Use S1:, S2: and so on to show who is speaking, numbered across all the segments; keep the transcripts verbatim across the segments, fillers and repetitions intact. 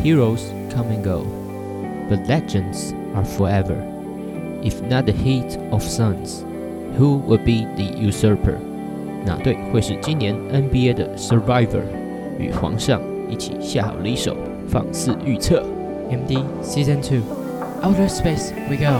S1: Heroes come and go, but legends are forever. If not the heat of suns, who would be the usurper? 哪队会是今年 N B A 的 Survivor？ 与皇上一起下好离手，放肆预测。M D Season two, Outer Space we go。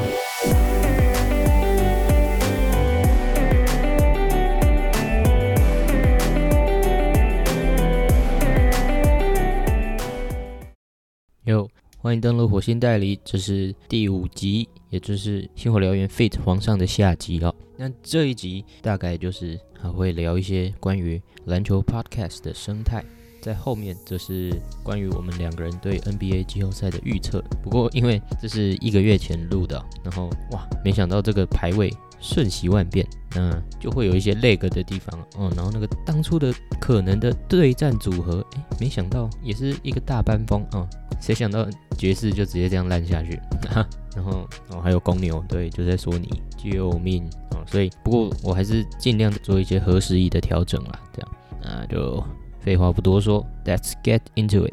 S1: 哟，欢迎登录火星代理，这是第五集，也就是星火燎原 Fit 皇上的下集哦。那这一集大概就是还会聊一些关于篮球 Podcast 的生态，在后面这是关于我们两个人对 N B A 季后赛的预测。不过因为这是一个月前录的，然后哇，没想到这个排位瞬息万变，那就会有一些 lag 的地方哦。然后那个当初的可能的对战组合，诶，没想到也是一个大班风哦。谁想到爵士就直接这样烂下去，然后哦还有公牛，对，就在说你救命哦。所以不过我还是尽量做一些合时宜的调整啦，这样那就废话不多说 ，Let's get into it。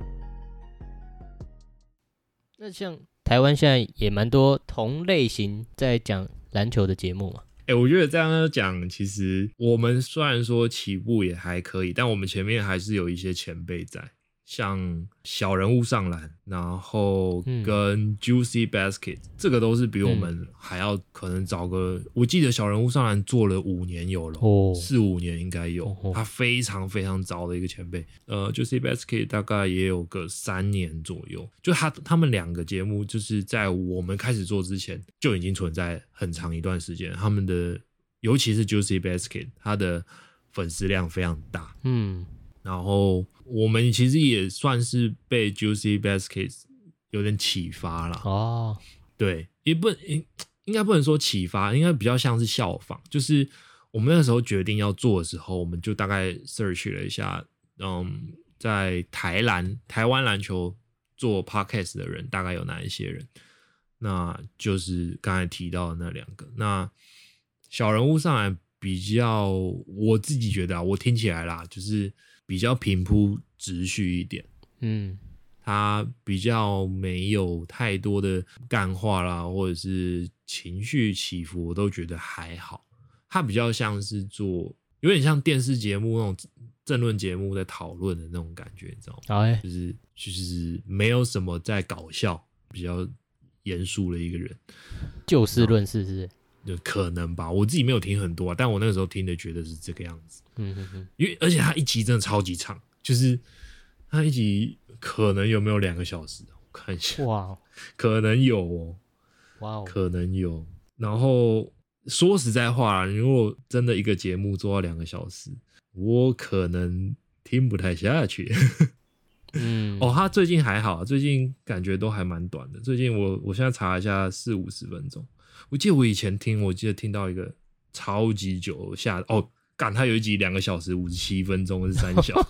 S1: 那像台湾现在也蛮多同类型在讲篮球的节目嘛。
S2: 欸，我觉得这样讲，其实我们虽然说起步也还可以，但我们前面还是有一些前辈在，像小人物上篮，然后跟 Juicy Basket，嗯，这个都是比我们还要可能早个，嗯，我记得小人物上篮做了五年有了，哦，四五年应该有，哦，他非常非常早的一个前辈。呃 ，Juicy Basket 大概也有个三年左右，就他他们两个节目就是在我们开始做之前就已经存在很长一段时间，他们的尤其是 Juicy Basket， 他的粉丝量非常大，嗯。然后我们其实也算是被 Juicy Basket 有点启发啦。哦，对，也不应该不能说启发，应该比较像是效仿。就是我们那时候决定要做的时候，我们就大概 search 了一下，嗯，在台篮台湾篮球做 podcast 的人大概有哪一些人，那就是刚才提到的那两个。那小人物上来比较，我自己觉得啊，我听起来啦，就是比较平铺直叙一点，嗯，他比较没有太多的干话啦，或者是情绪起伏，我都觉得还好。他比较像是做，有点像电视节目那种政论节目在讨论的那种感觉，你知道吗？欸，就是就是没有什么在搞笑，比较严肃的一个人，
S1: 就事论事，是不是？
S2: 就可能吧，我自己没有听很多，啊，但我那个时候听的觉得是这个样子。嗯哼哼，因为而且他一集真的超级长，就是他一集可能有没有两个小时？我看一下，哇，可能有哦，哇，可能有。然后说实在话啦，如果真的一个节目做到两个小时，我可能听不太下去。嗯，哦，他最近还好，最近感觉都还蛮短的。最近我我现在查一下，四五十分钟。我记得我以前听，我记得听到一个超级久下哦，干他有一集两个小时五十七分钟是三小，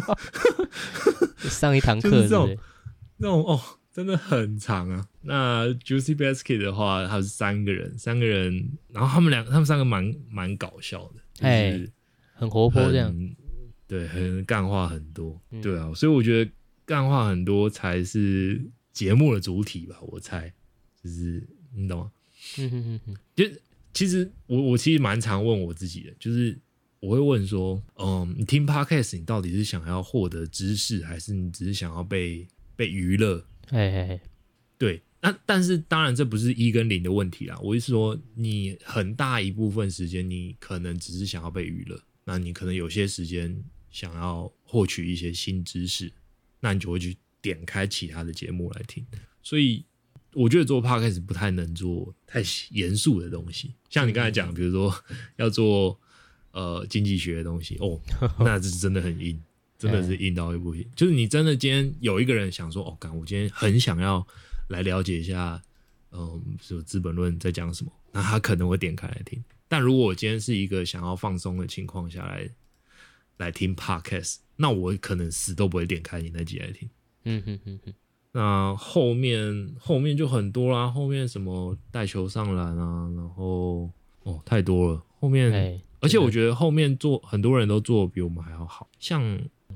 S1: 上一堂课
S2: 就是这种那种哦，真的很长啊。那 Juicy Basket 的话，他是三个人，三个人，然后他们两，他们三个蛮蛮搞笑的，就是
S1: 很活泼这样，
S2: 对，很干话很多，嗯，对啊，所以我觉得干话很多才是节目的主体吧，我猜，就是你懂吗？嗯哼哼哼，就其实我我其实蛮常问我自己的，就是我会问说，嗯，你听 podcast 你到底是想要获得知识，还是你只是想要被被娱乐？嘿嘿嘿，对，那但是当然这不是一跟零的问题啦，我是说你很大一部分时间你可能只是想要被娱乐，那你可能有些时间想要获取一些新知识，那你就会去点开其他的节目来听，所以。我觉得做 podcast 不太能做太严肃的东西，像你刚才讲，比如说要做呃经济学的东西，哦，那这是真的很硬，真的是硬到一不行。就是你真的今天有一个人想说，哦，干，我今天很想要来了解一下，嗯，什么《资本论》在讲什么，那他可能会点开来听。但如果我今天是一个想要放松的情况下来来听 podcast， 那我可能死都不会点开你那集来听。嗯哼哼哼。那后面后面就很多啦，后面什么带球上篮啊，然后哦太多了，后面，而且我觉得后面做很多人都做得比我们还要好，像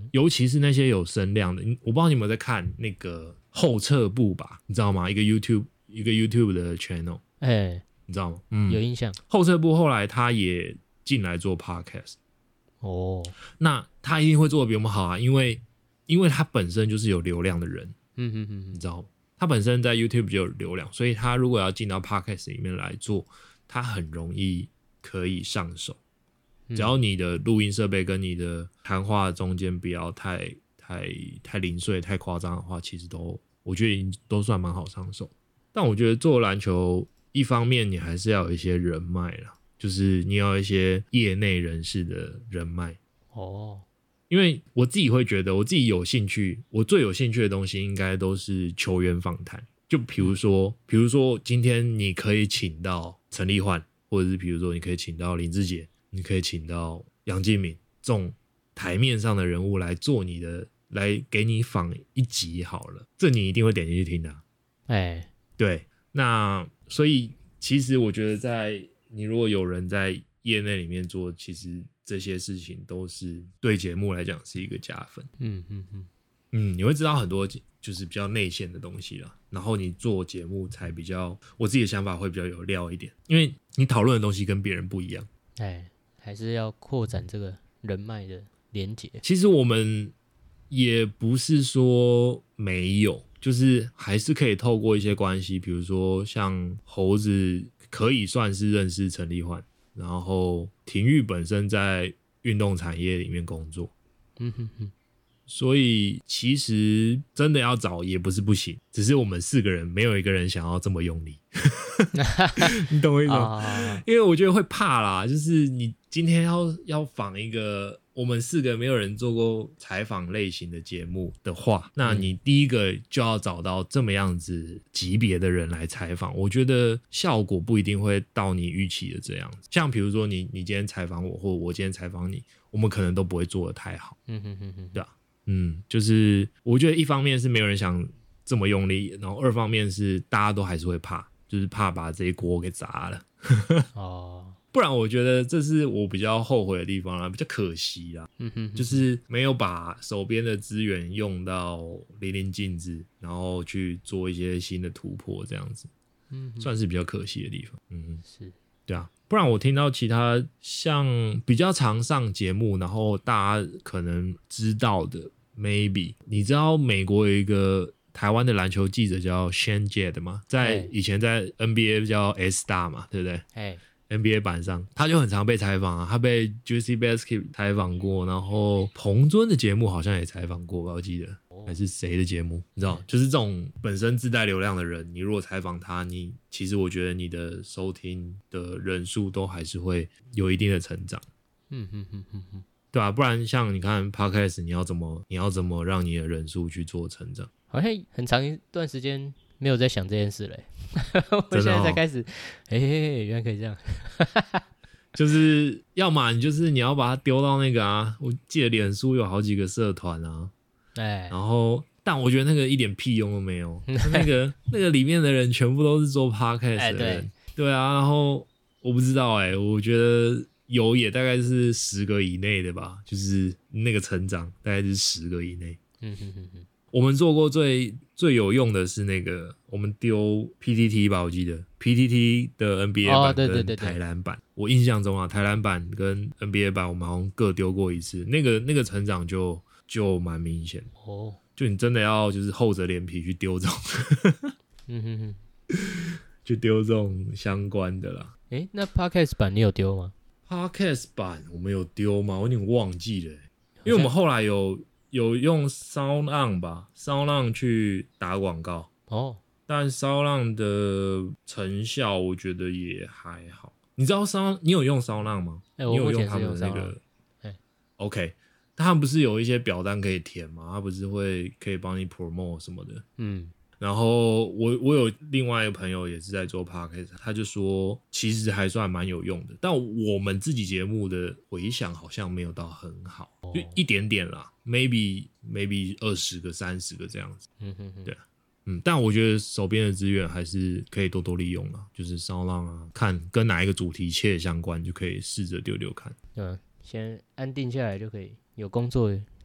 S2: 尤其是那些有声量的，我不知道你有没有在看那个后撤步吧？你知道吗？一个 YouTube 一个 YouTube 的 channel，
S1: 哎、欸，
S2: 你知道吗？嗯，
S1: 有印象。
S2: 后撤步后来他也进来做 podcast，
S1: 哦，
S2: 那他一定会做的比我们好啊，因为因为他本身就是有流量的人，
S1: 嗯嗯嗯，
S2: 你知道吗？他本身在 YouTube 就有流量，所以他如果要进到 podcast 里面来做，他很容易可以上手。只要你的录音设备跟你的谈话中间不要太太太零碎、太夸张的话，其实都我觉得都算蛮好上手。但我觉得做篮球，一方面你还是要有一些人脉啦，就是你要有一些业内人士的人脉。
S1: 哦，
S2: 因为我自己会觉得，我自己有兴趣，我最有兴趣的东西应该都是球员访谈。就比如说，比如说今天你可以请到陈立焕，或者是比如说你可以请到林志杰。你可以请到杨敬敏这种台面上的人物来做你的，来给你访一集好了，这你一定会点进去听的、啊。
S1: 哎、欸，
S2: 对，那所以其实我觉得在你如果有人在业内里面做，其实这些事情都是对节目来讲是一个加分。
S1: 嗯嗯嗯
S2: 嗯，你会知道很多就是比较内线的东西啦，然后你做节目才比较，我自己的想法会比较有料一点，因为你讨论的东西跟别人不一样。
S1: 哎、欸。还是要扩展这个人脉的连结。
S2: 其实我们也不是说没有，就是还是可以透过一些关系，比如说像猴子可以算是认识陈立焕，然后廷玉本身在运动产业里面工作，
S1: 嗯哼哼，所
S2: 以其实真的要找也不是不行，只是我们四个人没有一个人想要这么用力。你懂我意思吗？啊、因为我觉得会怕啦，就是你今天要要访一个我们四个没有人做过采访类型的节目的话，那你第一个就要找到这么样子级别的人来采访，我觉得效果不一定会到你预期的这样子。像比如说你你今天采访我，或我今天采访你，我们可能都不会做得太好。嗯哼哼哼，对啊，嗯，就是我觉得一方面是没有人想这么用力，然后二方面是大家都还是会怕。就是怕把这一锅给砸了哦，不然我觉得这是我比较后悔的地方啦，比较可惜啦。嗯哼哼，就是没有把手边的资源用到淋漓尽致，然后去做一些新的突破，这样子，嗯，算是比较可惜的地方。嗯，是，对啊，不然我听到其他像比较常上节目，然后大家可能知道的 ，maybe 你知道美国有一个。台湾的篮球记者叫 Shane Jett 嘛，在以前在 N B A 叫 S-Star 嘛，对不对？哎 ，N B A 版上他就很常被采访啊，他被 Juicy Basket 采访过，然后彭尊的节目好像也采访过吧，我记得、哦、还是谁的节目？你知道，就是这种本身自带流量的人，你如果采访他，你其实我觉得你的收听的人数都还是会有一定的成长。嗯哼哼哼哼。对啊，不然像你看 Podcast 你要怎么你要怎么让你的人数去做成长？
S1: 好像很长一段时间没有在想这件事嘞，我现在才开始，哎、欸，原来可以这样，
S2: 就是要嘛你就是你要把它丢到那个啊，我记得脸书有好几个社团啊，哎，然后但我觉得那个一点屁用都没有，那个那个里面的人全部都是做 Podcast 的人，欸、对, 对啊，然后我不知道哎、欸，我觉得。有也大概是十个以内的吧，就是那个成长大概是十个以内。嗯哼哼哼。我们做过最最有用的是那个，我们丢 P T T 吧，我记得 P T T 的 N B A 版跟台篮版，我印象中啊，台篮版跟 N B A 版我们好像各丢过一次，那个那个成长就就蛮明显哦。就你真的要就是厚着脸皮去丢这种，嗯哼哼，去丢这种相关的啦。
S1: 哎、欸，那 Podcast 版你有丢吗？
S2: Podcast 版我们有丢吗？我有点忘记了、欸，因为我们后来有有用 Sound On 吧 ，Sound On 去打广告哦，但 Sound On 的成效我觉得也还好。你知道 Sound 你有用 Sound On 吗？
S1: 欸、
S2: 你有用他们的那个、欸、？OK， 他们不是有一些表单可以填吗？他不是会可以帮你 promote 什么的？嗯。然后我我有另外一个朋友也是在做 podcast， 他就说其实还算蛮有用的，但我们自己节目的回响好像没有到很好，哦、就一点点啦 ，maybe maybe 二十个、三十个这样子。嗯哼哼，对，嗯，但我觉得手边的资源还是可以多多利用啦，就是SoundOn啊，看跟哪一个主题切相关，就可以试着丢丢看。
S1: 嗯，先安定下来就可以，有工作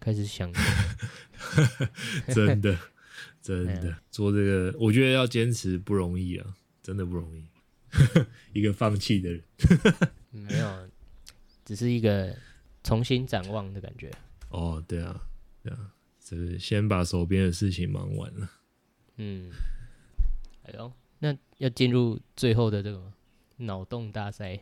S1: 开始想
S2: 真的真的做这个，我觉得要坚持不容易啊，真的不容易。一个放弃的人，
S1: 没有，只是一个重新展望的感觉。
S2: 哦，对啊，对啊，就是先把手边的事情忙完了。
S1: 嗯，哎呦，那要进入最后的这个脑洞大赛，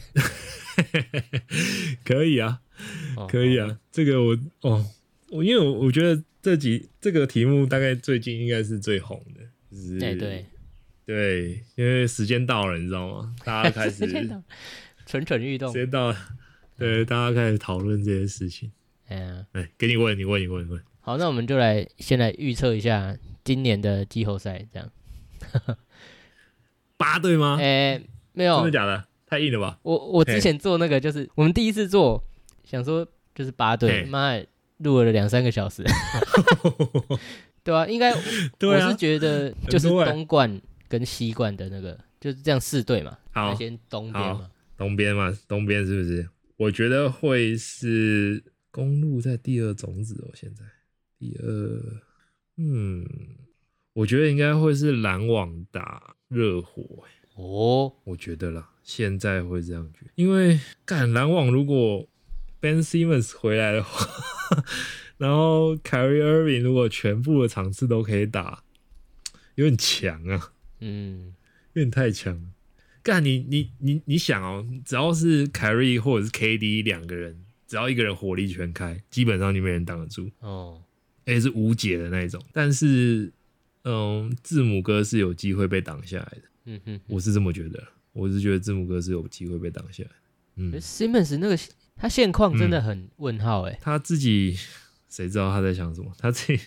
S2: 可以啊，可以啊，哦、这个我哦，我因为我我觉得这集这个题目大概最近应该是最红的，就是
S1: 哎对
S2: 对，因为时间到了，你知道吗？大家开始
S1: 蠢蠢欲动，
S2: 时间到了，对，大家开始讨论这些事情。哎呀，哎，给你问，你问，你问，你问。
S1: 好，那我们就来先来预测一下今年的季后赛，这样。
S2: 八队吗？
S1: 哎、欸，没有，
S2: 真的假的？太硬了吧！
S1: 我我之前做那个就是我们第一次做，想说就是八队，妈录了两三个小时，对啊，应该对、啊、我是觉得就是东冠跟西冠的那个就是这样四队嘛，
S2: 好，
S1: 先东边嘛，
S2: 东边嘛，东边是不是？我觉得会是公路在第二种子哦，现在第二，嗯，我觉得应该会是篮网打热火、欸。
S1: 哦，
S2: 我觉得啦，现在会这样觉得，因为干篮网如果 Ben Simmons 回来的话，然后 Kyrie Irving 如果全部的场次都可以打，有点强啊，嗯，有点太强了。干你你你你想哦，只要是 Kyrie 或者是 K D 两个人，只要一个人火力全开，基本上就没人挡得住哦，而且是无解的那一种。但是，嗯，字母哥是有机会被挡下来的。嗯哼，我是这么觉得，我是觉得字母哥是有机会被挡下来。
S1: 嗯 ，Simmons 那个他现况真的很问号哎、欸嗯，
S2: 他自己谁知道他在想什么？他自己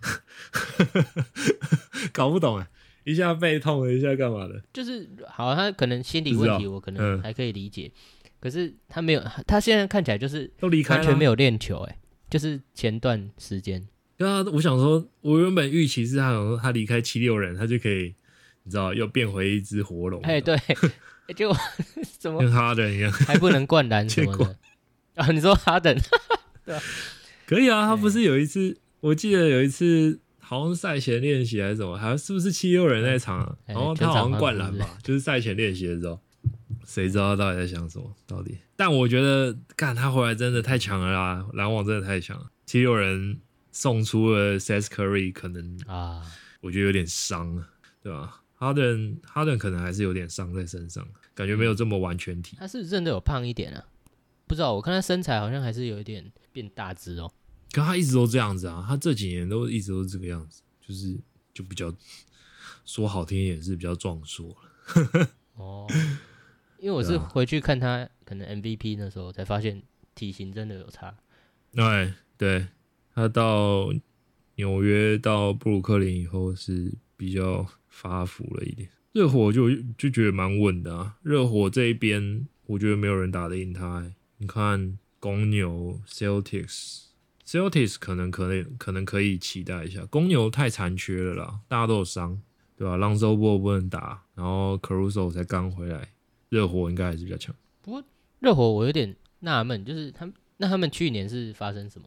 S2: 搞不懂哎、欸，一下背痛了，一下干嘛的？
S1: 就是好，他可能心理问题，我可能还可以理解，嗯、可是他没有，他现在看起来就是
S2: 都离开了，
S1: 完全没有练球哎、欸，就是前段时间。
S2: 对啊，我想说，我原本预期是他想说他离开七六人，他就可以。你知道又变回一只活龙，
S1: 哎，对，结果怎么
S2: 跟哈登一样，
S1: 还不能灌篮什么的啊？你说哈登，对啊，
S2: 可以啊。他不是有一次，我记得有一次好像赛前练习还是什么，好像是不是七六人那场啊？然后他好像灌篮吧，就是赛前练习的时候，谁知道他到底在想什么？到底？但我觉得，干他回来真的太强了啦，篮网真的太强了。七六人送出了 Seth Curry， 可能啊，我觉得有点伤了，对吧？哈登，哈登可能还是有点伤在身上，感觉没有这么完全体。
S1: 他是不是真的有胖一点啊？不知道，我看他身材好像还是有一点变大只哦。
S2: 可他一直都这样子啊，他这几年都一直都是这个样子，就是就比较说好听一点是比较壮硕了。哦，
S1: 因为我是回去看他可能 M V P 那时候才发现体型真的有差。
S2: 对对，他到纽约到布鲁克林以后是比较发福了一点。热火就就觉得蛮稳的啊，热火这一边我觉得没有人打得赢他、欸。你看公牛 Celtics。Celtics 可能可能可能可以期待一下，公牛太残缺了啦，大家都有伤，对吧 ？Lonzo Ball 不能打，然后 Caruso 才刚回来，热火应该还是比较强。
S1: 不过热火我有点纳闷，就是他们那他们去年是发生什么？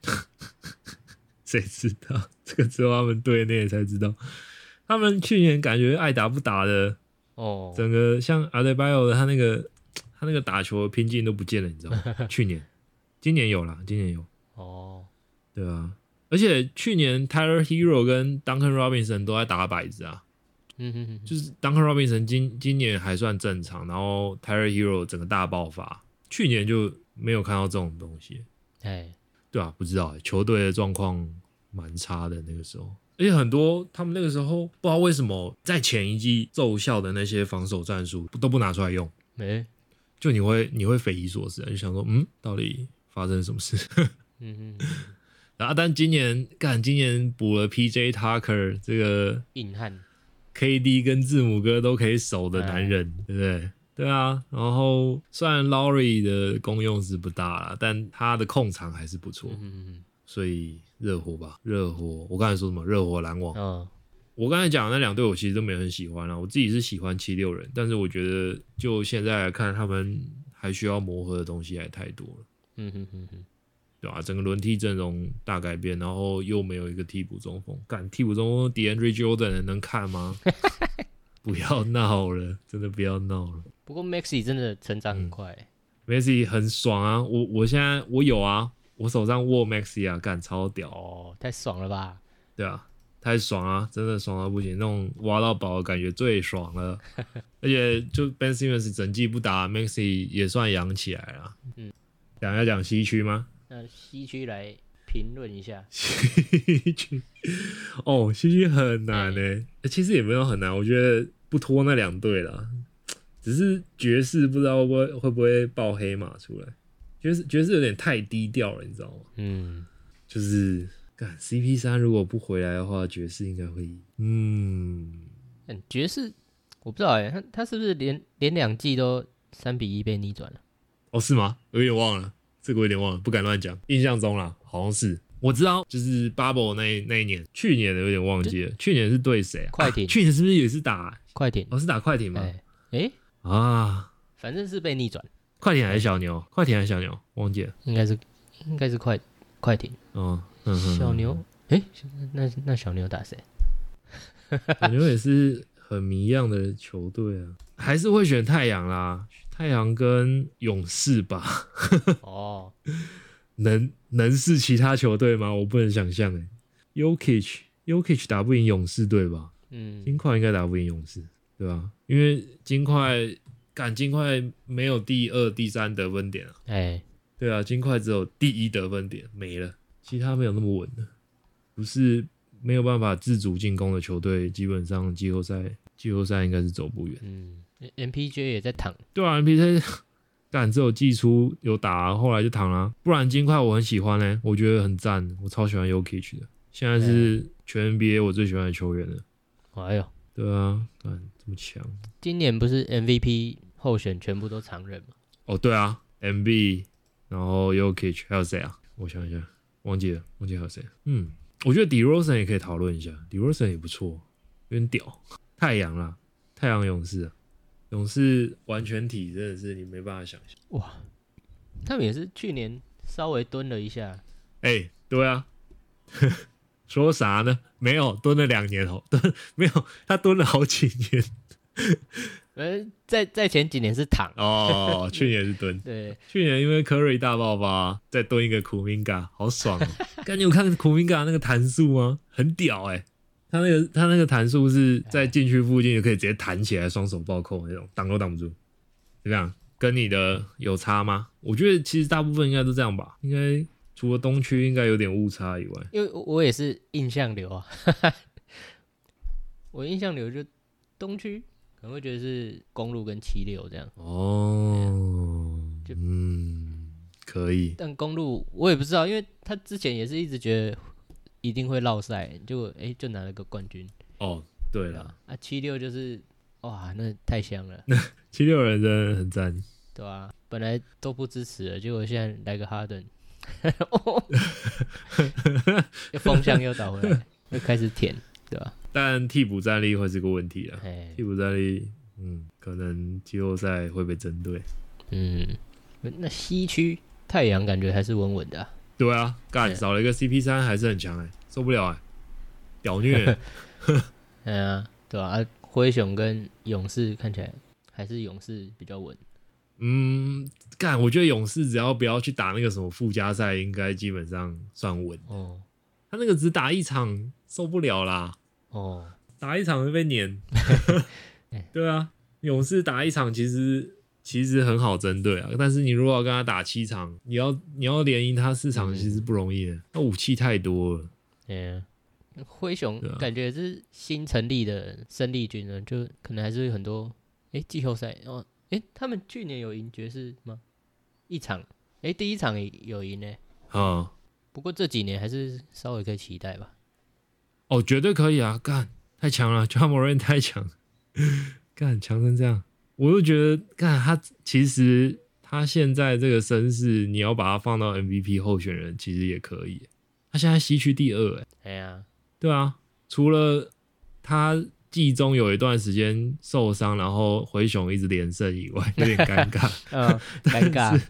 S2: 谁知道？这个只有他们队内才知道。他们去年感觉爱打不打的，哦，整个像 Adebayo 的他那个他那个打球的拼劲都不见了，你知道吗？去年，今年有啦，今年有。哦，对啊，而且去年 Tyler Hero 跟 Duncan Robinson 都在打摆子啊，嗯哼哼，就是 Duncan Robinson 今今年还算正常，然后 Tyler Hero 整个大爆发，去年就没有看到这种东西，哎，对啊，不知道球队的状况蛮差的那个时候，而且很多他们那个时候不知道为什么在前一季奏效的那些防守战术都不拿出来用，哎，就你会你会匪夷所思，就想说嗯，到底发生什么事？嗯哼，然后但今年干，今年补了 P J Tucker 这个
S1: 硬汉
S2: ，K D 跟字母哥都可以守的男人，对不对？对啊，然后虽然 Lowry 的功用是不大啦，但他的控场还是不错，嗯、所以热火吧，热火，我刚才说什么？热火篮网，嗯，我刚才讲的那两队我其实都没有很喜欢啦，我自己是喜欢七六人，但是我觉得就现在来看，他们还需要磨合的东西还太多了，嗯哼哼哼。 对吧、啊？整个轮替阵容大改变，然后又没有一个替补中锋，干替补中锋 DeAndre Jordan 能看吗？不要闹了，真的不要闹了。
S1: 不过 Maxey 真的成长很快、欸
S2: 嗯、，Maxey 很爽啊！我我现在我有啊，我手上握 Maxey 啊，干超屌
S1: 哦，太爽了吧？
S2: 对啊，太爽啊，真的爽到不行，那种挖到宝的感觉最爽了。而且就 Ben Simmons 整季不打 ，Maxey 也算养起来了。嗯，讲要讲西区吗？
S1: 那西区来评论一下。
S2: 西区哦，西区很难呢、欸欸，其实也没有很难，我觉得不拖那两队啦，只是爵士不知道会不会会不会爆黑马出来。爵士爵士有点太低调了，你知道吗？嗯，就是干 C P 三 如果不回来的话，爵士应该会赢。嗯，
S1: 嗯，爵士我不知道哎、欸，他他是不是连连两季都三比一被逆转了？
S2: 哦，是吗？有点忘了。这个我有点忘了，不敢乱讲。印象中啦，好像是我知道，就是 Bubble 那那一年，去年的有点忘记了。去年是对谁啊？
S1: 快艇、啊。
S2: 去年是不是也是打
S1: 快艇？
S2: 哦，是打快艇吗？
S1: 哎、欸欸、
S2: 啊，
S1: 反正是被逆转。
S2: 快艇还是小牛？快艇还是小牛？忘记了。
S1: 应该是应该是快快艇。
S2: 哦，嗯哼哼
S1: 小牛，哎、欸，那那小牛打谁？
S2: 小牛也是很迷样的球队啊，还是会选太阳啦。太阳跟勇士吧。
S1: 哦，
S2: 能能是其他球队吗？我不能想象哎。Jokic Jokic 打不赢勇士队吧？嗯，金块应该打不赢勇士，对吧？因为金块干金块没有第二、第三得分点啊。哎、欸，对啊，金块只有第一得分点没了，其他没有那么稳的，不是没有办法自主进攻的球队，基本上季后赛季后赛应该是走不远。
S1: 嗯。M P J 也在躺，
S2: 对啊 ，M P J 干只有季初有打、啊，后来就躺了、啊。不然金块我很喜欢嘞、欸，我觉得很赞，我超喜欢 Jokic 的。现在是全 N B A 我最喜欢的球员了。
S1: 哎呦，
S2: 对啊，干这么强。
S1: 今年不是 M V P 候选全部都常人吗？
S2: 哦，对啊 ，M B， 然后 Jokic 还有谁啊？我想一下，忘记了，忘记还有谁。嗯，我觉得 DeRozan 也可以讨论一下 ，DeRozan 也不错，有点屌。太阳啦，太阳勇士啊。勇士完全体真的是你没办法想象
S1: 哇！他们也是去年稍微蹲了一下，
S2: 哎、欸，对啊，说啥呢？没有蹲了两年哦，蹲没有他蹲了好几年。
S1: 呃，在在前几年是躺
S2: 哦，去年是蹲，
S1: 对，
S2: 去年因为 Curry 大爆发，再蹲一个库明加，好爽哦！刚你有看库明加那个弹速吗？很屌哎、欸。他那个他那个弹速是在禁区附近就可以直接弹起来，双手暴扣那种，挡都挡不住。这样跟你的有差吗？我觉得其实大部分应该都这样吧，应该除了东区应该有点误差以外。
S1: 因为我也是印象流啊，我印象流就东区可能会觉得是公路跟七六这样。
S2: 哦，就嗯，可以。
S1: 但公路我也不知道，因为他之前也是一直觉得。一定会落赛，结果哎、欸、就拿了个冠军。
S2: 哦，对了，
S1: 啊七六就是哇，那太香了。
S2: 七六人真的很赞，
S1: 对啊，本来都不支持了，结果现在来个哈登，又风向又倒回来，又开始舔，对吧、啊？
S2: 但替补战力会是个问题啊，替补战力，嗯，可能季后赛会被针对。
S1: 嗯，那西区太阳感觉还是稳稳的、啊。
S2: 对啊，干少了一个 C P 三 还是很强哎、欸，受不了哎、欸，屌虐。
S1: 哎呀，对啊，啊灰熊跟勇士看起来还是勇士比较稳。
S2: 嗯，干，我觉得勇士只要不要去打那个什么附加赛，应该基本上算稳。哦，他那个只打一场受不了啦。哦，打一场会被碾。对啊，勇士打一场其实。其实很好针对啊，但是你如果要跟他打七场，你要你要连赢他四场，其实不容易的。他、嗯、武器太多了。
S1: 嗯，灰熊感觉是新成立的生力军呢，就可能还是有很多哎季后赛哦，哎他们去年有赢爵士吗？一场，哎第一场有赢呢。啊、嗯，不过这几年还是稍微可以期待吧。
S2: 哦，绝对可以啊！干，太强了 ，Ja Morant 太强，干强成这样。我就觉得，看他其实他现在这个身世，你要把他放到 M V P 候选人，其实也可以。他现在西区第二、欸，哎，
S1: 对啊，
S2: 对啊，除了他季中有一段时间受伤，然后灰熊一直连胜以外，有点尴尬，
S1: 嗯，尴尬。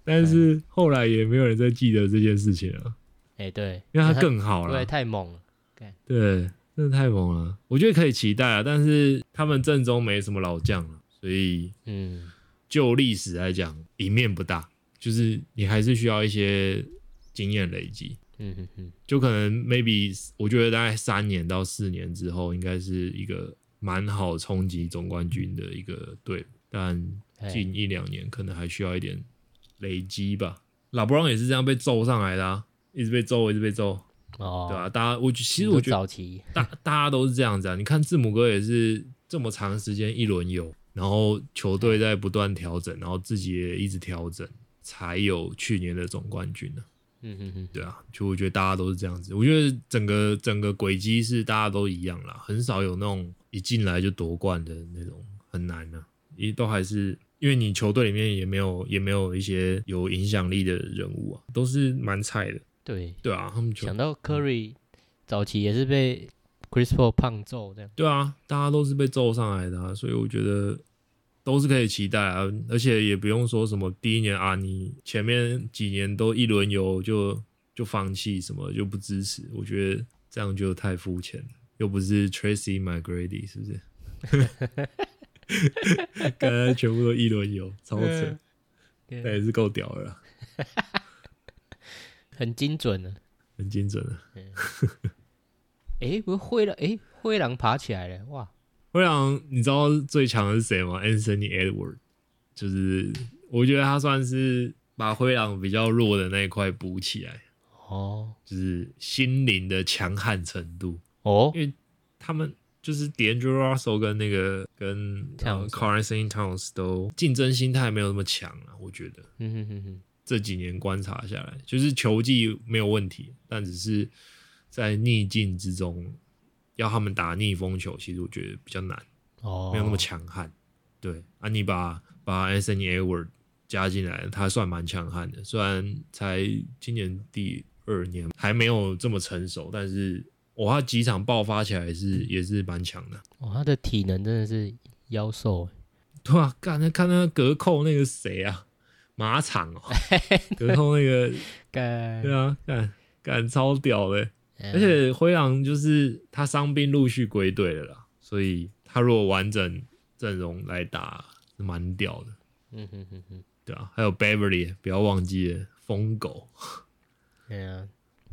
S2: 但是后来也没有人再记得这件事情了。
S1: 哎、欸，对，
S2: 因为他更好了，
S1: 对，太猛了，
S2: 对，真的太猛了。我觉得可以期待啊，但是他们阵中没什么老将了，所以嗯，就历史来讲，赢面不大，就是你还是需要一些经验累积。嗯哼哼，就可能 maybe 我觉得大概三年到四年之后，应该是一个蛮好冲击总冠军的一个队伍，但近一两年可能还需要一点累积吧。拉布朗也是这样被揍上来的啊，一直被揍，一直被揍。哦，对啊，大家，我其实我觉得大大家都是这样子啊。你看字母哥也是这么长时间一轮游，然后球队在不断调整，然后自己也一直调整，才有去年的总冠军呢、啊。嗯哼哼，对啊，就我觉得大家都是这样子。我觉得整个整个轨迹是大家都一样啦，很少有那种一进来就夺冠的那种，很难啊。也都还是因为你球队里面也没有也没有一些有影响力的人物啊，都是蛮菜的。
S1: 对
S2: 对啊，他们就
S1: 想到 Curry 早期也是被 Chris Paul 胖揍这样。
S2: 对啊，大家都是被揍上来的啊，所以我觉得都是可以期待啊，而且也不用说什么第一年啊，你前面几年都一轮游就就放弃什么就不支持，我觉得这样就太肤浅了，又不是 Tracy McGrady 是不是？刚才全部都一轮游，超扯，那也是够屌的啦。
S1: 很精准的，
S2: 很精准的。
S1: 哎、欸，不是灰狼，哎、欸，灰狼爬起来了，哇！
S2: 灰狼，你知道最强的是谁吗 ？Anthony Edwards， 就是我觉得他算是把灰狼比较弱的那一块补起来。哦，就是心灵的强悍程度。哦，因为他们就是 D'Angelo Russell 跟那个跟 Karl-Anthony Towns 都竞争心态没有那么强了，我觉得。嗯哼哼哼。这几年观察下来，就是球技没有问题，但只是在逆境之中，要他们打逆风球，其实我觉得比较难，哦，没有那么强悍。对啊，你把把 Anthony Edwards 加进来，他算蛮强悍的，虽然才今年第二年，还没有这么成熟，但是哇，他几场爆发起来是也是蛮强的。
S1: 哇，他的体能真的是妖兽。
S2: 对啊，看那看那隔扣那个谁啊？马场哦，隔空那个，对啊，干干超屌的，而且灰狼就是他伤兵陆续归队了啦，所以他如果完整阵容来打是蛮屌的。嗯哼哼哼，对啊，还有 Beverly， 不要忘记了疯狗。
S1: 对啊，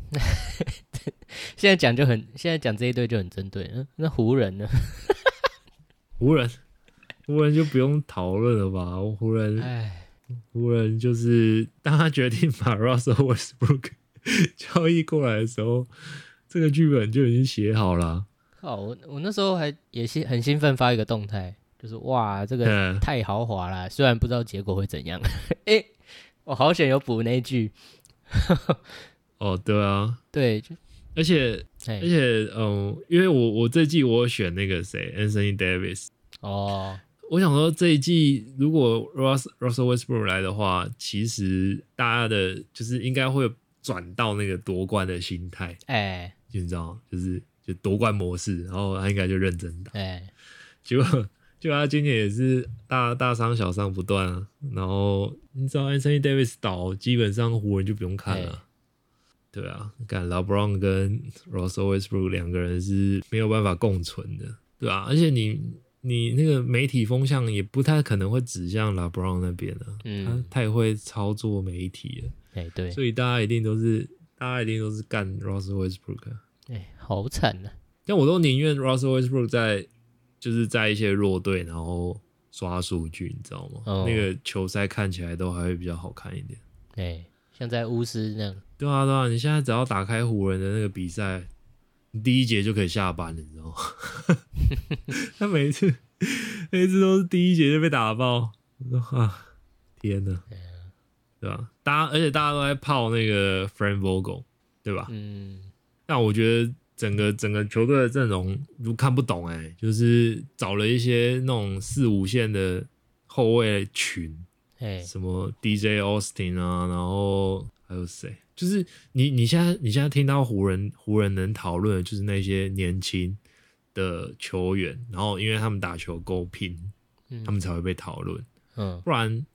S1: 现在讲就很，现在讲这一队就很针对。嗯，那湖人呢？
S2: 湖人，湖人就不用讨论了吧？湖人，哎。湖人就是当他决定把 Russell Westbrook 交易过来的时候，这个剧本就已经写好了。
S1: 好，我我那时候还也是很兴奋，发一个动态，就是哇，这个太豪华了，虽然不知道结果会怎样。哎、欸，我好险有补那一句。
S2: 哦，对啊，
S1: 对，
S2: 而且而且嗯，因为我我这季我选那个谁 Anthony Davis 哦。我想说这一季如果 Russell Westbrook 来的话，其实大家的就是应该会转到那个夺冠的心态，哎、欸，你知道，就是就夺冠模式，然后他应该就认真打，哎、欸，结果结果他今年也是大大伤小伤不断啊，然后你知道 Anthony Davis 倒，基本上湖人就不用看了，欸、对啊，看 LeBron 跟 Russell Westbrook 两个人是没有办法共存的，对啊，而且你。你那个媒体风向也不太可能会指向 LeBron 那边了、啊，嗯，他太会操作媒体了，哎、欸，对，所以大家一定都是，大家一定都是干 Russell Westbrook， 哎、
S1: 欸，好惨啊！
S2: 但我都宁愿 Russell Westbrook 在，就是在一些弱队，然后刷数据，你知道吗？哦、那个球赛看起来都还会比较好看一点，
S1: 哎、欸，像在巫师那样，
S2: 对啊，对啊，你现在只要打开湖人的那个比赛。第一节就可以下班了，你知道吗？他每一次，每一次都是第一节就被打爆，我说啊，天哪，对吧？大家而且大家都在泡那个 Frank Vogel， 对吧？嗯。但我觉得整个整个球队的阵容都看不懂哎、欸，就是找了一些那种四五线的后卫群，哎，什么 D J Austin 啊，然后还有谁？就是你，你现在你现在听到湖人湖人能讨论的就是那些年轻的球员，然后因为他们打球够拼，嗯、他们才会被讨论。嗯，不然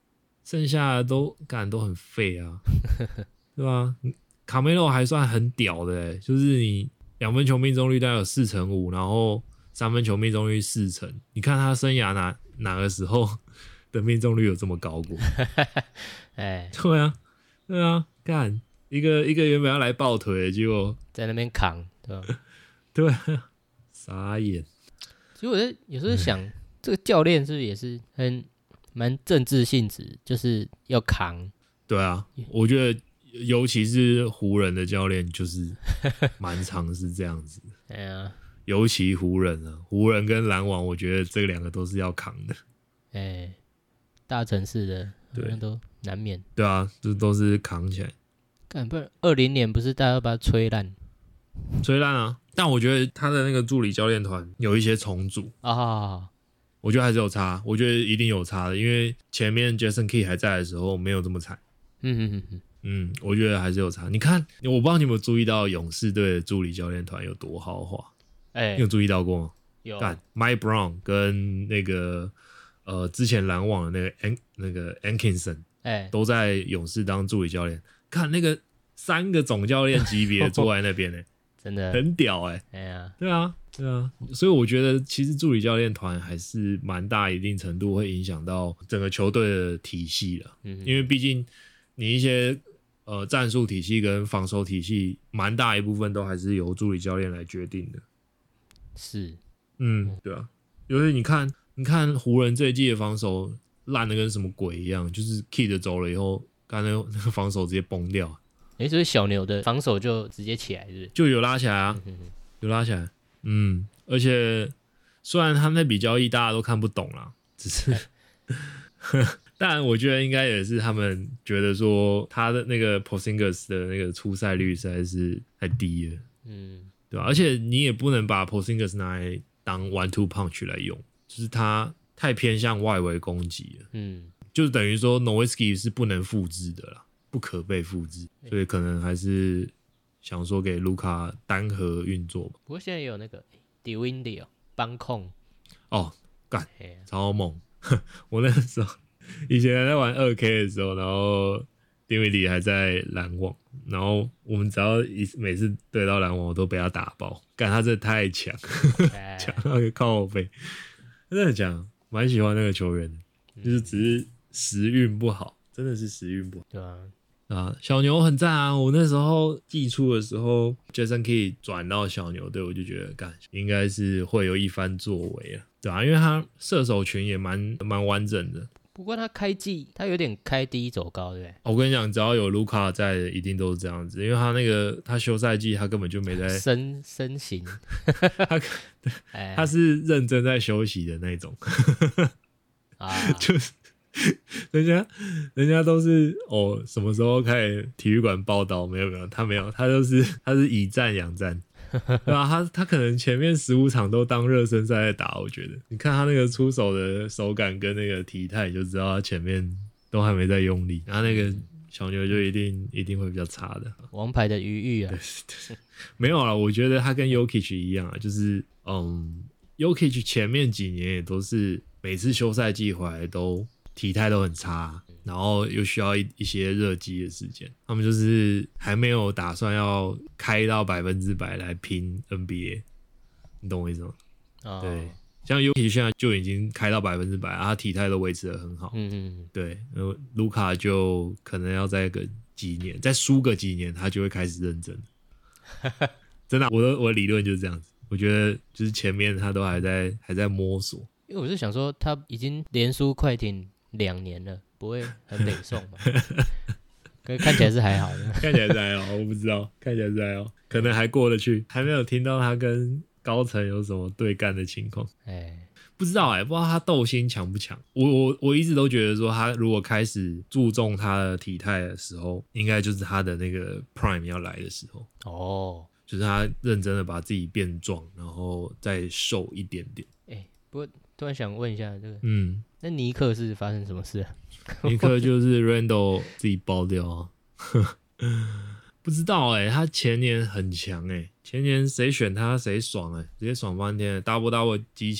S2: 剩下的都干都很废啊，对吧？卡梅罗还算很屌的、欸，就是你两分球命中率大概有四成五，然后三分球命中率四成，你看他生涯哪哪个时候的命中率有这么高过？
S1: 哎，
S2: 对啊，对啊，干一个一个原本要来抱腿的，结果
S1: 在那边扛，对吧？
S2: 对啊，傻眼。
S1: 所以我在有时候想，嗯、这个教练是不是也是很蛮政治性质，就是要扛？
S2: 对啊，我觉得。尤其是湖人的教练，就是蛮常是这样子。
S1: 哎呀，
S2: 尤其湖人啊，湖人跟篮网，我觉得这两个都是要扛的。
S1: 哎，大城市的好像都难免。
S2: 对啊，这都是扛起来。
S1: 干不然二零年不是大家都把他吹烂，
S2: 吹烂啊！但我觉得他的那个助理教练团有一些重组
S1: 啊，
S2: 我觉得还是有差，我觉得一定有差的，因为前面 Jason Kidd 还在的时候没有这么惨。
S1: 嗯嗯嗯嗯。
S2: 嗯，我觉得还是有差。你看，我不知道你有没有注意到勇士队的助理教练团有多豪华？哎、欸，你有注意到过吗？
S1: 有。
S2: 干 ，Mike Brown 跟那个呃之前篮网的那个 An 那个 Atkinson， 哎、欸，都在勇士当助理教练。看那个三个总教练级别坐在那边呢、欸，
S1: 真的
S2: 很屌哎、欸。
S1: 哎呀，
S2: 对啊，对啊。所以我觉得其实助理教练团还是蛮大一定程度会影响到整个球队的体系了。嗯，因为毕竟你一些呃，战术体系跟防守体系，蛮大一部分都还是由助理教练来决定的。
S1: 是，
S2: 嗯，对啊。尤其你看，你看湖人这一季的防守烂的跟什么鬼一样，就是 Kidd 走了以后，刚才那个防守直接崩掉。
S1: 哎、欸，所以小牛的防守就直接起来，是不是？
S2: 就有拉起来啊，嗯、有拉起来。嗯，而且虽然他那笔交易大家都看不懂啦，只是。但我觉得应该也是他们觉得说他的那个 Porzingis 的那个出赛率实在是太低了，嗯，对吧、啊？而且你也不能把 Porzingis 拿来当 one two punch 来用，就是他太偏向外围攻击了，嗯，就是等于说 Nowitzki 是不能复制的啦，不可被复制，所以可能还是想说给卢卡单核运作吧。
S1: 不过现在也有那个 Dinwiddie 哦，帮控
S2: 哦，干，超猛！我那个时候。以前还在玩 二 K 的时候，然后丁威迪还在篮网，然后我们只要一每次对到篮网，我都被他打爆，干他真的太强，强那个靠后背，真的强，蛮喜欢那个球员的，就是只是时运不好，真的是时运不好。
S1: 对啊，
S2: 啊，小牛很赞啊！我那时候季初的时候 ，Jason Kidd 转到小牛队，我就觉得干应该是会有一番作为啊，对啊，因为他射手群也蛮蛮完整的。
S1: 不过他开季他有点开低走高，对不对？
S2: 我跟你讲，只要有卢卡在的，一定都是这样子，因为他那个他休赛季他根本就没在
S1: 身身形，
S2: 他他是认真在休息的那种，
S1: 啊，
S2: 就是人家人家都是哦什么时候开始体育馆报道？没有没有，他没有，他就是他是以战养战。对啊，他他可能前面十五场都当热身赛在打，我觉得你看他那个出手的手感跟那个体态，就知道他前面都还没在用力，然后那个小牛就一定一定会比较差的。
S1: 王牌的余裕啊，
S2: 对对，没有啦，我觉得他跟 Jokic 一样啊，就是嗯 ，Jokic 前面几年也都是每次休赛季回来都体态都很差。然后又需要 一, 一些热机的时间，他们就是还没有打算要开到百分之百来拼 N B A， 你懂我意思吗？哦、对，像 Yuki 现在就已经开到百分之百，他体态都维持得很好。嗯嗯，对，然后卢卡就可能要再个几年，再输个几年，他就会开始认真。真的、啊，我的我的理论就是这样子。我觉得就是前面他都还在还在摸索，
S1: 因为我是想说他已经连输快艇两年了。不会很北宋吧？可看起来是还好的，
S2: 看起来是还好，我不知道，看起来是还好，可能还过得去，还没有听到他跟高层有什么对干的情况。哎，不知道哎、欸，不知道他斗心强不强。我我我一直都觉得说，他如果开始注重他的体态的时候，应该就是他的那个 prime 要来的时候。哦，就是他认真的把自己变壮，然后再瘦一点点。
S1: 哎，不过突然想问一下这个，嗯，那尼克是发生什么事、啊？
S2: 尼克就是 Randall 自己爆掉啊，不知道哎、欸，他前年很强哎、欸，前年谁选他谁爽哎、欸，直接爽翻天 ，double double 机器，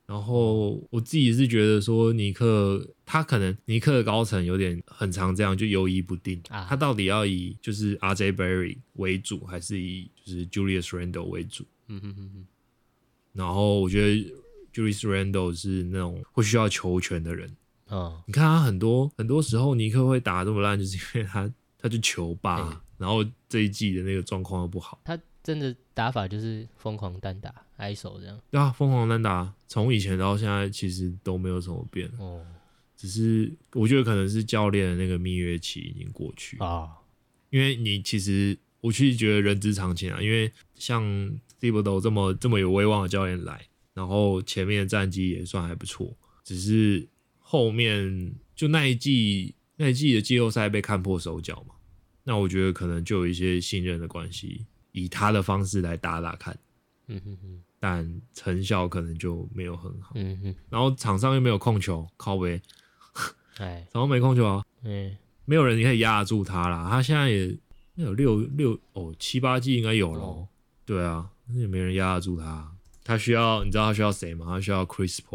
S2: 然后我自己是觉得说尼克他可能尼克的高层有点很常这样就犹疑不定、啊、他到底要以就是 R J Barrett 为主还是以就是 Julius Randle 为主。嗯哼哼哼。然后我觉得 Julius Randle 是那种会需要球权的人。哦、你看他很多很多时候尼克会打这么烂，就是因为他他就球霸、欸，然后这一季的那个状况又不好。
S1: 他真的打法就是疯狂单打 I S O 这样。
S2: 对啊，疯狂单打，从以前到现在其实都没有什么变。哦，只是我觉得可能是教练的那个蜜月期已经过去啊。因为你其实我其实觉得人之常情啊，因为像 Thibodeau 这么这么有威望的教练来，然后前面的战绩也算还不错，只是后面就那一季那一季的季后赛被看破手脚嘛，那我觉得可能就有一些信任的关系。以他的方式来打打看，嗯哼哼，但成效可能就没有很好，嗯哼，然后场上又没有控球，靠北，哎，场上没控球啊，嗯，没有人可以压得住他啦。他现在也有六六哦七八季应该有了、哦，对啊，也没人压得住他。他需要，你知道他需要谁吗？他需要 Chris Paul 。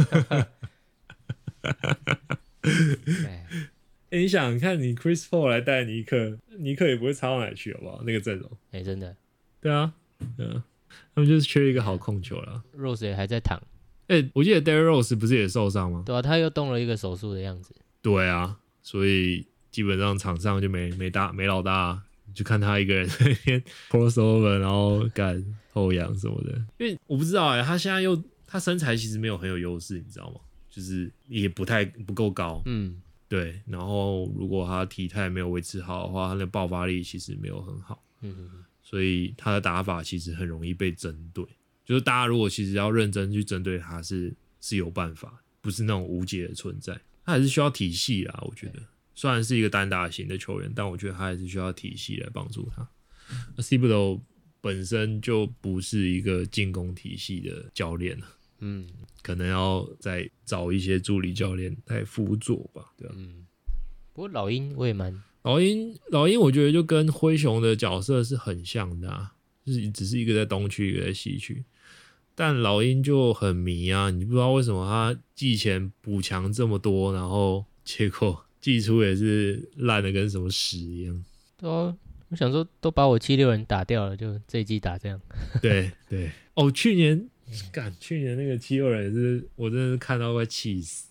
S2: 欸、你想看你 Chris Paul 来带尼克，尼克也不会差到哪里去，好不好？那个阵容，
S1: 哎、欸，真的，
S2: 对啊，对啊，他们就是缺一个好控球啦。
S1: Rose 也还在躺，
S2: 哎、欸，我记得 Derrick Rose 不是也受伤吗？
S1: 对啊，他又动了一个手术的样子。
S2: 对啊，所以基本上场上就没没大没老大，就看他一个人在那边 crossover， 然后干后仰什么的。因为我不知道哎、欸，他现在又他身材其实没有很有优势，你知道吗？就是也不太不够高，嗯。对，然后如果他体态没有维持好的话，他的爆发力其实没有很好，嗯哼哼，所以他的打法其实很容易被针对。就是大家如果其实要认真去针对他是是有办法，不是那种无解的存在。他还是需要体系啦，我觉得。虽然是一个单打型的球员，但我觉得他还是需要体系来帮助他。那 Thibodeau 本身就不是一个进攻体系的教练了。嗯，可能要再找一些助理教练来辅佐吧，对啊。嗯，
S1: 不过老鹰我也蛮
S2: 老鹰，老鹰我觉得就跟灰熊的角色是很像的啊，就是只是一个在东区，一个在西区。但老鹰就很迷啊，你不知道为什么他季前补强这么多，然后结果季初也是烂的跟什么屎一样。
S1: 对啊，我想说都把我七六人打掉了，就这一季打这样。
S2: 对对，哦，去年。干，去年那个七六人是我真的是看到快气死，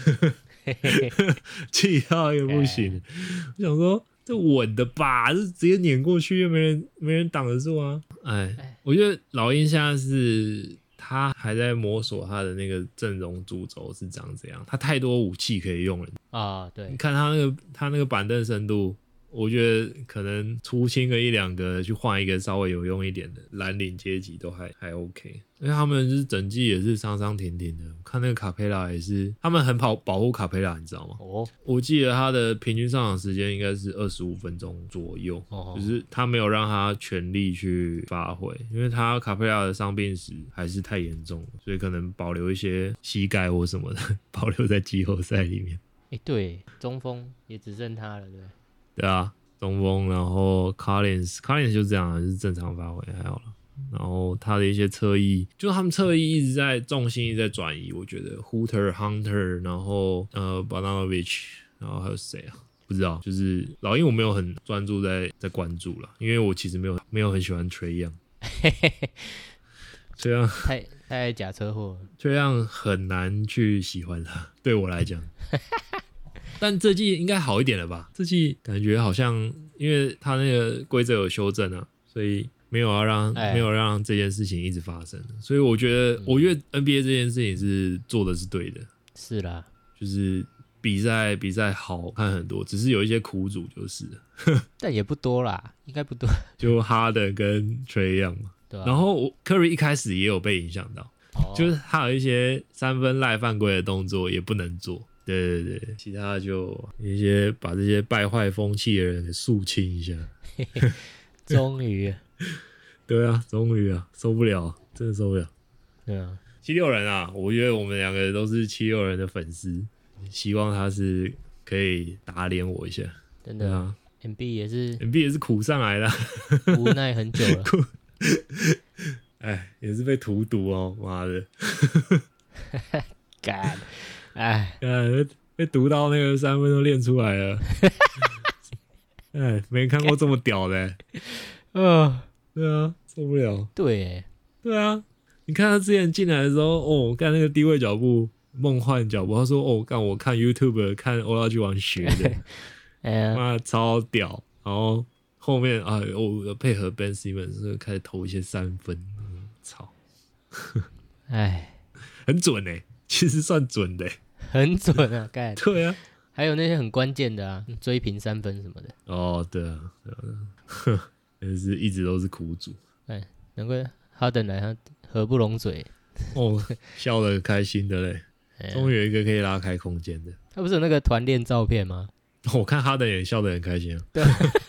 S2: 气到一个不行。我想说这稳的吧，这直接碾过去又没人没人挡得住啊！哎，我觉得老鹰现在是他还在摸索他的那个阵容主轴是长怎样，他太多武器可以用了
S1: 啊。对，
S2: 你看他那个他那个板凳深度。我觉得可能出清个一两个，去换一个稍微有用一点的蓝领阶级都还还 OK， 因为他们就是整季也是伤伤停停的。看那个卡佩拉也是，他们很跑保护卡佩拉，你知道吗？哦，我记得他的平均上场时间应该是二十五分钟左右，哦，就是他没有让他全力去发挥，因为他卡佩拉的伤病史还是太严重了，所以可能保留一些膝盖或什么的，保留在季后赛里面。
S1: 哎、欸，对，中锋也只剩他了，对。
S2: 对啊，中锋，然后 Collins，Collins 就这样，就是正常发挥还好了。然后他的一些侧翼，就是他们侧翼一直在重心一直在转移，我觉得 Hooter、Hunter， 然后呃 Bogdanovic， 然后还有谁啊？不知道，就是老鹰我没有很专注在在关注了，因为我其实没有没有很喜欢Trae Young，Trae Young
S1: 太太假车祸了
S2: ，Trae Young很难去喜欢他，对我来讲。但这季应该好一点了吧？这季感觉好像，因为他那个规则有修正啊，所以没有要让、哎、没有让这件事情一直发生。所以我觉得，嗯、我觉得 N B A 这件事情是做的是对的。
S1: 是啦，
S2: 就是比赛比赛好看很多，只是有一些苦主就是了，
S1: 但也不多啦，应该不多。
S2: 就哈登跟 Trae Young 嘛，
S1: 对、啊。
S2: 然后 Curry 一开始也有被影响到，哦、就是他有一些三分赖犯规的动作也不能做。对对对，其他就一些把这些败坏风气的人给肃清一下。
S1: 终于，
S2: 对啊，终于啊，受不了，真的受不了。
S1: 对啊，
S2: 七六人啊，我觉得我们两个都是七六人的粉丝，希望他是可以打脸我一下。
S1: 真的啊 ，M B 也是
S2: ，M B 也是苦上来的，
S1: 无奈很久了。
S2: 哎，也是被荼毒哦，妈的。
S1: 干，哎，
S2: 干被读到那个三分都练出来了。哎，没看过这么屌的、欸。
S1: 呃，
S2: 对啊，受不了。
S1: 对，
S2: 对啊，你看他之前进来的时候，哦，干那个低位脚步、梦幻脚步，他说哦，干我看 YouTube 看欧拉巨王学的，妈、哎、超屌。然后后面啊，我、哦、配合 Ben Simmons 开始投一些三分，操、嗯，
S1: 哎，
S2: 很准哎、欸，其实算准的、欸，
S1: 很准啊，干。
S2: 对啊。
S1: 还有那些很关键的啊，追平三分什么的。
S2: 哦，对啊，对啊，但是一直都是苦主。
S1: 哎，难怪哈登来他合不拢嘴。
S2: 哦，笑得开心的嘞，终于有一个可以拉开空间的。
S1: 他不是有那个团练照片吗？
S2: 我看哈登也笑得很开心啊。
S1: 对，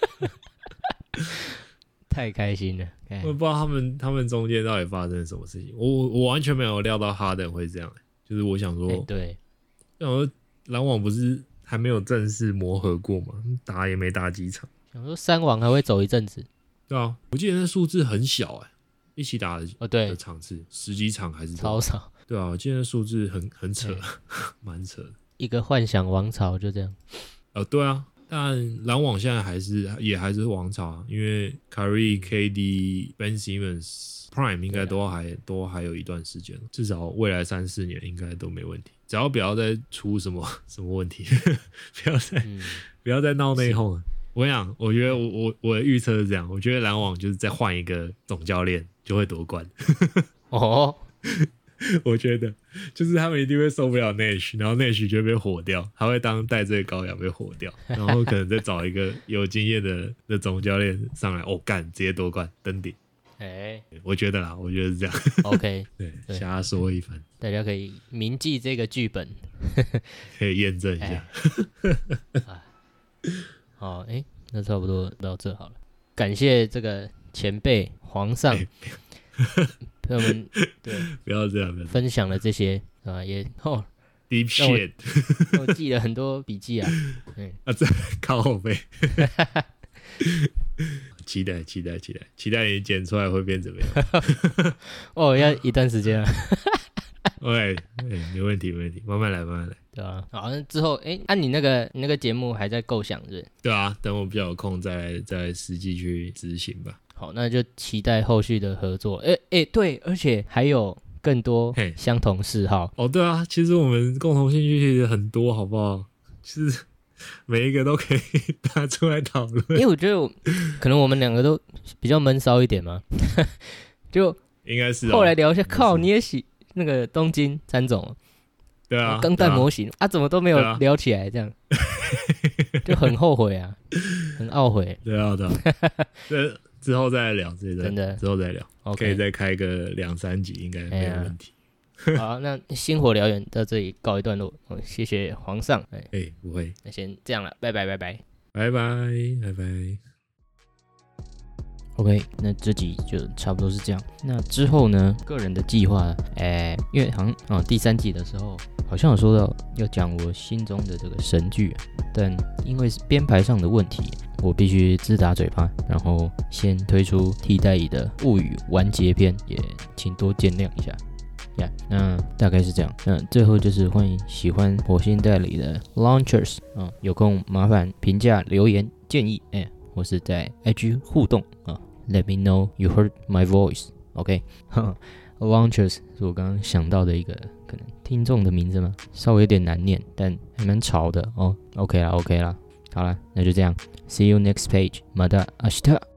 S1: 太开心了。
S2: 我不知道他们他们中间到底发生了什么事情，我我完全没有料到哈登会这样、欸。就是我想说，
S1: 对，
S2: 想说篮网不是还没有正式磨合过嘛，打也没打几场。
S1: 想说三网还会走一阵子。
S2: 对啊，我记得那数字很小哎、欸，一起打的
S1: 哦对
S2: 的场次十几场还是
S1: 超少。
S2: 对啊，我记得那数字很很扯，蛮扯的。
S1: 一个幻想王朝就这样。
S2: 哦，对啊，但篮网现在还是也还是王朝啊，因为 Kyrie、K D、Ben Simmons、Prime 应该都还、啊、都还有一段时间，至少未来三四年应该都没问题。只要不要再出什么什么问题，不要再、嗯、不要再闹内讧了。我跟你讲，我觉得我我我的预测是这样，我觉得篮网就是再换一个总教练就会夺冠。哦，我觉得就是他们一定会受不了 Nash， 然后 Nash 就会被火掉，他会当代罪羔羊被火掉，然后可能再找一个有经验的的总教练上来，哦干，直接夺冠登顶。哎、欸，我觉得啦，我觉得是这样。
S1: OK，
S2: 对，瞎说一番，
S1: 大家可以铭记这个剧本，
S2: 可以验证一下。
S1: 欸、好，哎、欸，那差不多到这好了。感谢这个前辈皇上，欸、陪我们对，
S2: 不要这样，
S1: 分享了这些啊，也哦
S2: ，deep shit，
S1: 我, 我記了很多筆記啊，嗯、
S2: 啊，这靠後背。期待期待期待期待你剪出来会变怎么样？
S1: 哦，要一段时间了。
S2: OK， 没问题没问题，慢慢来慢慢来。
S1: 对啊，好，那之后哎，按、啊、你那个你那个节目还在构想是不是？
S2: 对啊，等我比较有空再再实际去执行吧。
S1: 好，那就期待后续的合作。哎哎，对，而且还有更多相同嗜好。
S2: 哦，对啊，其实我们共同兴趣其实很多，好不好？其实每一个都可以拿出来讨论。
S1: 因为我觉得我可能我们两个都比较闷骚一点嘛，就
S2: 应该是、哦、
S1: 后来聊一下，靠，你也喜那个东京詹总，
S2: 对啊，
S1: 钢弹模型 啊, 啊，怎么都没有聊起来，这样、啊、就很后悔啊，很懊悔。
S2: 对啊，对啊，这之后再来聊，这真的之后再聊， okay. 可以再开个两三集，应该没有问题。
S1: 哎、好，那星火燎原到这里告一段落，哦、谢谢皇上。哎、
S2: 欸，不会，
S1: 那先这样了，拜拜，拜拜，
S2: 拜拜，拜拜。
S1: OK， 那这集就差不多是这样。那之后呢，个人的计划，哎，因为好像哦第三集的时候，好像有说到要讲我心中的这个神剧，但因为是编排上的问题，我必须自打嘴巴，然后先推出替代役的物语完结篇，也请多见谅一下。Yeah, 那大概是这样。那最后就是欢迎喜欢火星代理的 Launchers 啊、嗯，有空麻烦评价、留言、建议，哎，或是在 I G 互动啊 ，Let me know you heard my voice。OK，Launchers 是我刚刚想到的一个可能听众的名字吗？稍微有点难念，但还蛮潮的哦。OK 啦 ，OK 啦，好啦，那就这样。See you next page，また明日。